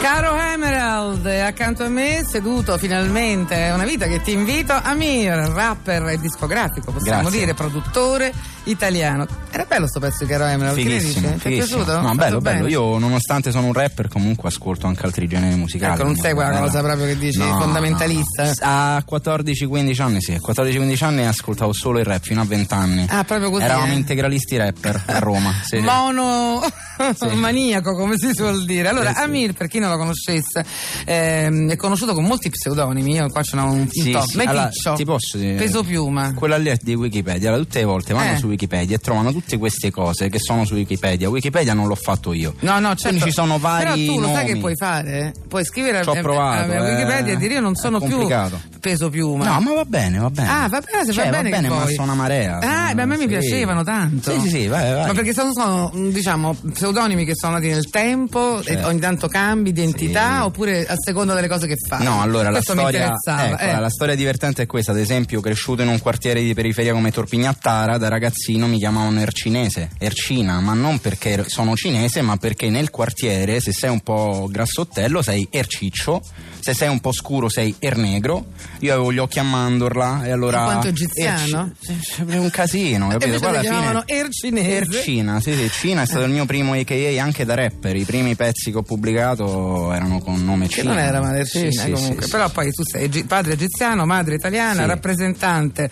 Caro Emerald, accanto a me, seduto finalmente, è una vita che ti invito, Amir, rapper e discografico, possiamo dire, produttore italiano. Era bello sto pezzo di Caro Emerald, che ne dici? Ti è piaciuto? No, bello, bello. Io, nonostante sono un rapper, comunque ascolto anche altri generi musicali. Ecco, non sei quella cosa proprio che dici, fondamentalista. No. A 14-15 anni sì, a 14-15 anni ascoltavo solo il rap, fino a 20 anni. Ah, proprio così? Eravamo integralisti rapper a Roma. Sì. Mono maniaco, come si suol dire. Allora, Amir, per chi non lo conoscesse, è conosciuto con molti pseudonimi. Io qua ce n'ho un top. Allora, ti posso dire, Peso Piuma. Quella lì è di Wikipedia. Allora, tutte le volte vanno su Wikipedia e trovano tutte queste cose che sono su Wikipedia. Wikipedia non l'ho fatto io. No, certo. Quindi ci sono vari Però tu lo nomi. sai che puoi fare? Puoi scrivere a Wikipedia e dire io non sono più Peso Piuma. No, ma va bene. Ah, va bene, se va bene ma sono una marea. A me mi piacevano tanto. Sì, vai. Ma perché sono diciamo pseudonimi che sono nati nel tempo, e ogni tanto cambi identità, oppure a seconda delle cose che fai. No, allora questo la storia divertente è questa. Ad esempio, cresciuto in un quartiere di periferia come Torpignattara, da ragazzino mi chiamavano Ercina, ma non perché sono cinese, ma perché nel quartiere, se sei un po' grassottello sei Erciccio, se sei un po' scuro sei Ernegro. Io avevo gli occhi a mandorla e allora quanto egiziano? È un casino, capito? Poi alla fine Ercina, sì, Cina è stato il mio primo AKA anche da rapper. I primi pezzi che ho pubblicato erano con nome Cina. Che non era male Ercina, comunque. Però poi tu sei padre egiziano, madre italiana, rappresentante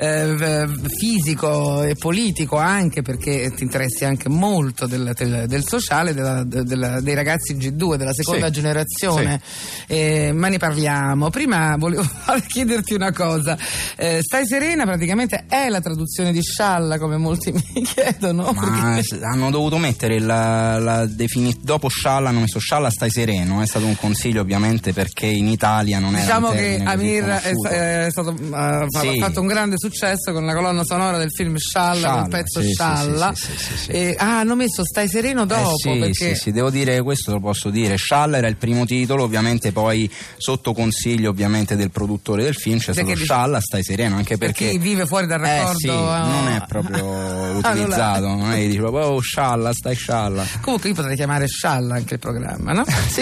fisico e politico, anche perché ti interessi anche molto del sociale, dei ragazzi G2 della seconda generazione. Ma ne parliamo. Prima volevo chiederti una cosa. Stai serena praticamente è la traduzione di scialla, come molti mi chiedono. Ma hanno dovuto mettere dopo scialla hanno messo scialla stai sereno. È stato un consiglio, ovviamente, perché in Italia non era. Diciamo che Amir ha fatto un grande successo con la colonna sonora del film Scialla, col pezzo Scialla. E hanno messo stai sereno dopo. Sì, devo dire, questo lo posso dire. Scialla era il primo titolo, ovviamente poi sotto consiglio ovviamente del produttore del film c'è stato Scialla stai sereno, anche perché chi vive fuori dal raccordo non è proprio utilizzato, non è che dice proprio scialla stai scialla. Comunque io potrei chiamare Scialla anche il programma, no? sì.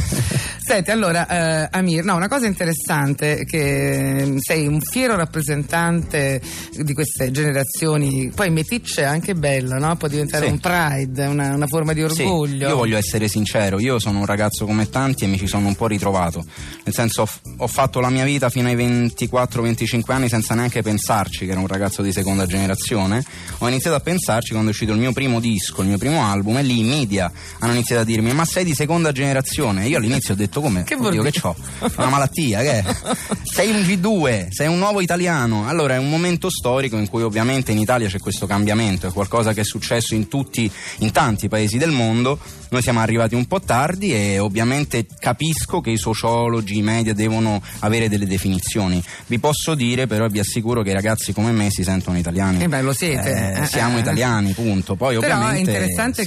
Senti, allora Amir, una cosa interessante è che sei un fiero rappresentante di queste generazioni, poi meticcia è anche bella, no? Può diventare un pride, una forma di orgoglio. Io voglio essere sincero, io sono un ragazzo come tanti e mi ci sono un po' ritrovato, nel senso ho fatto la mia vita fino ai 24-25 anni senza neanche pensarci che ero un ragazzo di seconda generazione. Ho iniziato a pensarci quando è uscito il mio primo disco, il mio primo album, e lì i media hanno iniziato a dirmi ma sei di seconda generazione? Io all'inizio ho detto come? Che c'ho? Una malattia, che è? Sei un G2, sei un nuovo italiano. Allora è un momento storico in cui ovviamente in Italia c'è questo cambiamento, è qualcosa che è successo in tanti paesi del mondo. Noi siamo arrivati un po' tardi e ovviamente capisco che i sociologi, i media devono avere delle definizioni. Vi posso dire però, vi assicuro che i ragazzi come me si sentono italiani. Lo siete. Siamo italiani, punto. Poi però ovviamente è interessante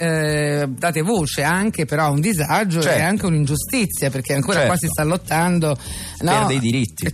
che date voce anche però a un disagio e anche un'ingiustizia, perché ancora qua si sta lottando per dei diritti.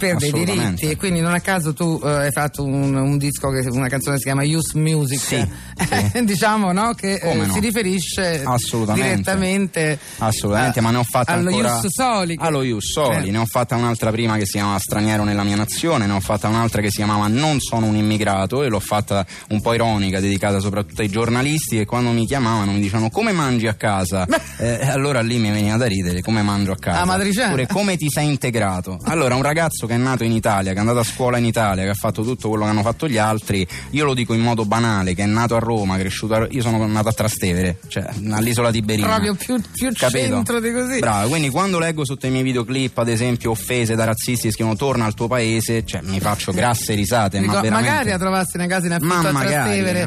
E quindi non a caso tu hai fatto un disco, una canzone che si chiama Youth Music. Diciamo, no? Che si riferisce direttamente ma ne ho fatta allo ancora Ius Soli. Allo Ius Soli. Ne ho fatta un'altra prima che si chiamava Straniero nella mia nazione, ne ho fatta un'altra che si chiamava Non sono un immigrato, e l'ho fatta un po' ironica, dedicata soprattutto ai giornalisti che quando mi chiamavano mi dicevano come mangi a casa. Allora lì mi veniva da ridere, come mangio a casa, oppure come ti sei integrato. Allora un ragazzo che è nato in Italia, che è andato a scuola in Italia, che ha fatto tutto quello che hanno fatto gli altri, io lo dico in modo banale, che è nato a Roma, cresciuto io sono nato a Trastevere, cioè all'isola Tiberina, proprio più centro di così. Bravo, quindi quando leggo sotto i miei videoclip ad esempio offese da razzisti che scrivono torna al tuo paese, cioè mi faccio grasse risate. Dico, ma veramente magari a trovassi una casa in affitto a Trastevere,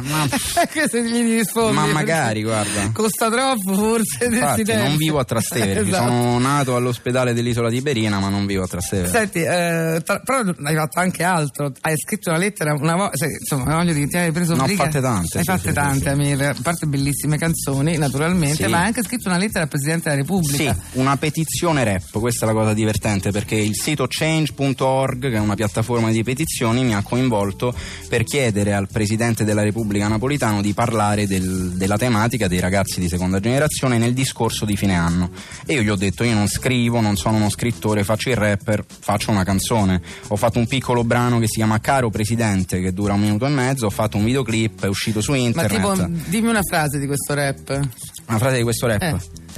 se gli rispondi, ma magari, guarda, costa troppo forse. Infatti, non vivo a Trastevere, ci sono nato all'ospedale dell'isola Tiberina, ma non vivo a Trastevere. Senti, però hai fatto anche altro. Hai scritto una lettera una volta, insomma, voglio dire, ti hai preso Ne ho briga. fatte tante. Hai fatte tante, Amir, a parte bellissime canzoni, naturalmente, Sì. ma hai anche scritto una lettera al Presidente della Repubblica. Sì, una petizione rap, questa è la cosa divertente, perché il sito change.org, che è una piattaforma di petizioni, mi ha coinvolto per chiedere al Presidente della Repubblica Napolitano di parlare della tematica dei ragazzi di seconda generazione nel discorso di fine anno. E io gli ho detto: io non scrivo, non sono uno scrittore, faccio il rapper, faccio una canzone. Ho fatto un piccolo brano che si chiama Caro Presidente, che dura 1 minuto e mezzo, ho fatto un videoclip, è uscito su internet. Ma tipo, dimmi una frase di questo rap. Una frase di questo rap?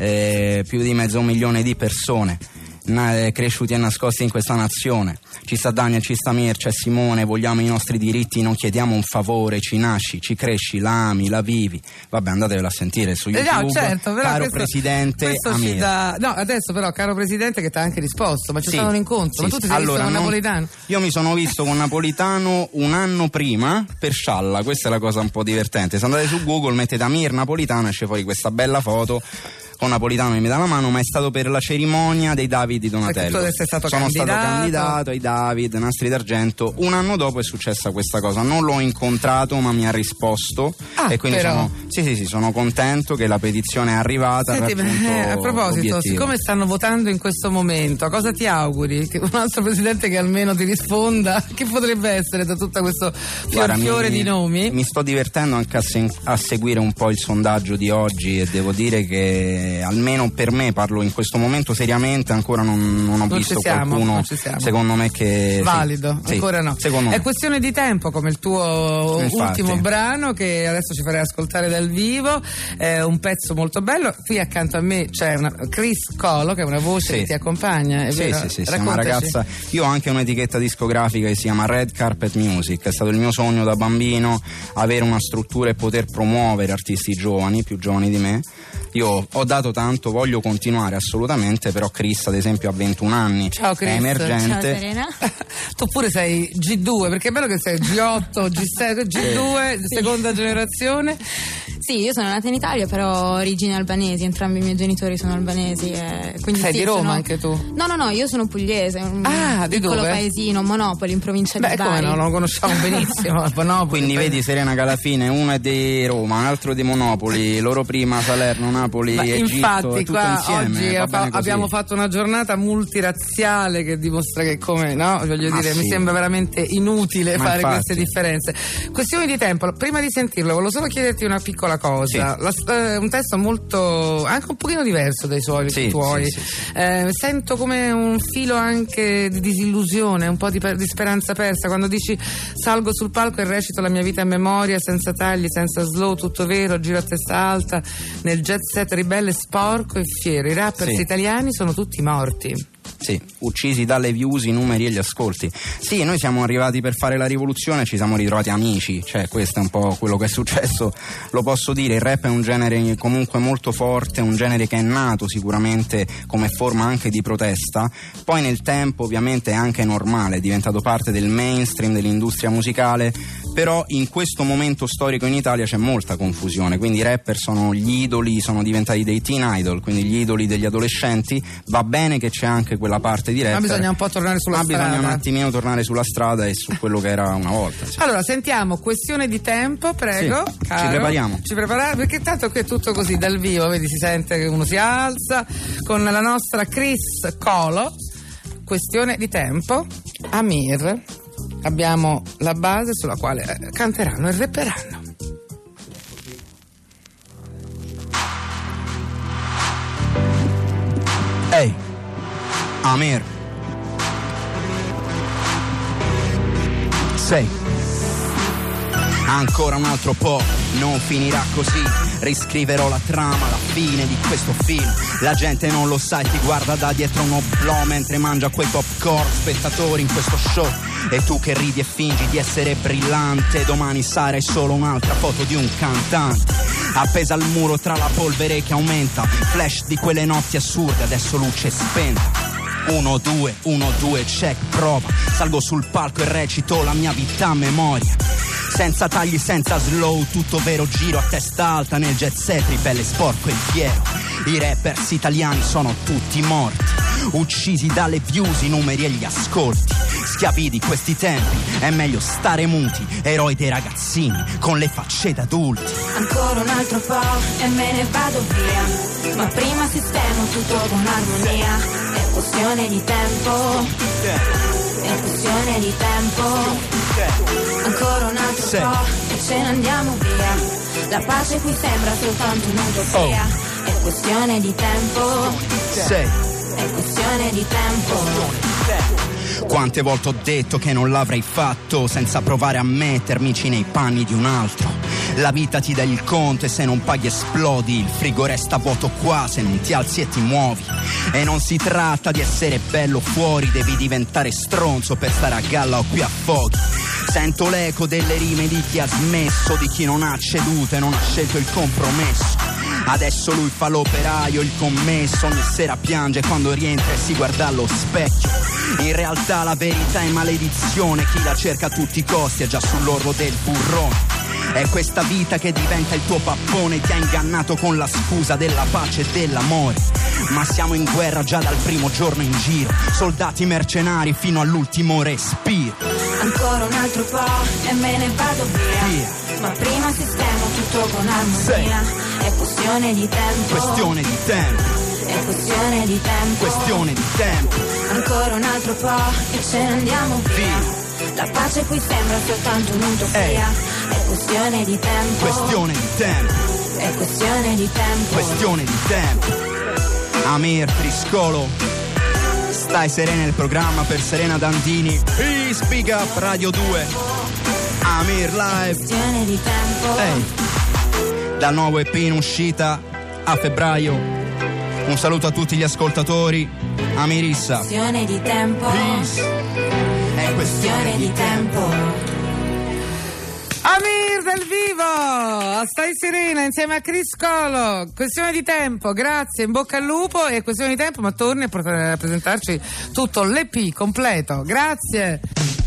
Più di 500 milioni di persone cresciuti e nascosti in questa nazione. Ci sta Daniel, ci sta Mir, c'è Simone, vogliamo i nostri diritti, non chiediamo un favore, ci nasci, ci cresci, la ami, la vivi. Vabbè, andatevela a sentire su YouTube. No, certo, però Caro questo, Presidente Amir. No, adesso però, caro Presidente, che ti ha anche risposto, ma c'è stato un incontro, ma tu ti sei visto con Napolitano? Io mi sono visto con Napolitano un anno prima per Scialla, questa è la cosa un po' divertente. Se andate su Google, mettete Amir Napolitano, esce fuori questa bella foto con Napolitano che mi dà la mano, ma è stato per la cerimonia dei David di Donatello. Stato Sono stato candidato ai David, Nastri d'Argento. Un anno dopo è successa questa cosa. Non l'ho incontrato, ma mi ha risposto. E quindi sono contento che la petizione è arrivata. Senti, a proposito, l'obiettivo. Siccome stanno votando in questo momento, cosa ti auguri? Che un altro presidente che almeno ti risponda? Che potrebbe essere da tutto questo fiore di nomi? Mi sto divertendo anche a seguire un po' il sondaggio di oggi, e devo dire che almeno per me, parlo in questo momento seriamente, ancora non ho visto qualcuno secondo me che valido, sì, ancora no. Secondo è me. Questione di tempo, come il tuo ultimo brano che adesso ci farei ascoltare dal vivo, è un pezzo molto bello. Qui accanto a me c'è Chris Colo, che è una voce che ti accompagna, è vero? Sì, è una ragazza. Io ho anche un'etichetta discografica che si chiama Red Carpet Music. È stato il mio sogno da bambino avere una struttura e poter promuovere artisti giovani, più giovani di me. Io ho dato tanto, voglio continuare assolutamente, però Chris ad esempio ha 21 anni. Ciao Chris. È emergente. Ciao Serena. Tu pure sei G2, perché è bello che sei G8, G7, G2, seconda generazione. Sì, io sono nata in Italia, però ho origini albanesi, entrambi i miei genitori sono albanesi. Quindi sei di Roma anche tu? No, io sono pugliese, un di piccolo dove? paesino, Monopoli, in provincia di Bari. Come no, lo conosciamo benissimo. Monopoli, quindi vedi Serena che alla fine uno è di Roma, un altro di Monopoli, loro prima Salerno, Napoli, Egitto, infatti tutto qua insieme, oggi abbiamo fatto una giornata multirazziale che dimostra che mi sembra veramente inutile fare queste differenze. Questione di tempo, prima di sentirlo volevo solo chiederti una piccola cosa. Un testo molto, anche un pochino diverso dai tuoi. Sento come un filo anche di disillusione, un po' di speranza persa quando dici: salgo sul palco e recito la mia vita a memoria, senza tagli, senza slow, tutto vero, giro a testa alta nel jet set ribelle, sporco e fiero. I rappers italiani sono tutti morti. Sì, uccisi dalle views, i numeri e gli ascolti. Sì, noi siamo arrivati per fare la rivoluzione e ci siamo ritrovati amici, cioè questo è un po' quello che è successo, lo posso dire. Il rap è un genere comunque molto forte, un genere che è nato sicuramente come forma anche di protesta, poi nel tempo ovviamente è anche normale, è diventato parte del mainstream dell'industria musicale, però in questo momento storico in Italia c'è molta confusione, quindi i rapper sono gli idoli, sono diventati dei teen idol, quindi gli idoli degli adolescenti. Va bene che c'è anche quella parte di rapper, ma bisogna un po' tornare sulla strada. Bisogna un attimino tornare sulla strada e su quello che era una volta. Allora sentiamo Questione di tempo, prego. Caro. Ci prepariamo. Perché tanto qui è tutto così dal vivo, vedi, si sente che uno si alza con la nostra Chris Colo. Questione di tempo. Amir, abbiamo la base sulla quale canteranno e rapperanno. Ehi, Amir. Sei. Ancora un altro po', non finirà così. Riscriverò la trama, la fine di questo film. La gente non lo sa e ti guarda da dietro un oblò mentre mangia quei popcorn, spettatori in questo show. E tu che ridi e fingi di essere brillante, domani sarai solo un'altra foto di un cantante appesa al muro tra la polvere che aumenta, flash di quelle notti assurde, adesso luce spenta. 1, 2, 1, 2, check, prova. Salgo sul palco e recito la mia vita a memoria. Senza tagli, senza slow, tutto vero giro a testa alta nel jet set, ribelle, sporco e fiero. I rappers italiani sono tutti morti, uccisi dalle views, i numeri e gli ascolti. Schiavi di questi tempi, è meglio stare muti, eroi dei ragazzini con le facce da adulti. Ancora un altro po' e me ne vado via, ma prima sistemo tutto con armonia. È questione di tempo, è questione di tempo. Ancora un altro po' e ce ne andiamo via. La pace qui sembra soltanto un'utopia. È questione di tempo, è questione di tempo. Quante volte ho detto che non l'avrei fatto senza provare a mettermici nei panni di un altro. La vita ti dà il conto e se non paghi esplodi. Il frigo resta vuoto qua se non ti alzi e ti muovi. E non si tratta di essere bello fuori, devi diventare stronzo per stare a galla o qui a fuochi. Sento l'eco delle rime di chi ha smesso, di chi non ha ceduto e non ha scelto il compromesso. Adesso lui fa l'operaio, il commesso, ogni sera piange quando rientra e si guarda allo specchio. In realtà la verità è maledizione, chi la cerca a tutti i costi è già sull'orlo del burrone. È questa vita che diventa il tuo pappone, ti ha ingannato con la scusa della pace e dell'amore. Ma siamo in guerra già dal primo giorno in giro, soldati mercenari fino all'ultimo respiro. Ancora un altro po' e me ne vado via, ma prima sistemo tutto con armonia. È questione di tempo, questione di tempo, è questione di tempo, questione di tempo. Ancora un altro po' e ce ne andiamo via. La pace qui sembra soltanto un'utopia. È questione di tempo, questione di tempo, è questione di tempo, questione di tempo. Amir Friscolo, stai serena, il programma per Serena Dandini. Speak Up Radio 2. Amir Live. questione di tempo. Dal nuovo EP in uscita a febbraio. Un saluto a tutti gli ascoltatori. Amirissa. Questione di tempo. È questione di tempo. Amir dal vivo, stai serena insieme a Chris Colo. Questione di tempo, grazie, in bocca al lupo. E questione di tempo, ma torni a presentarci tutto l'EP completo. Grazie.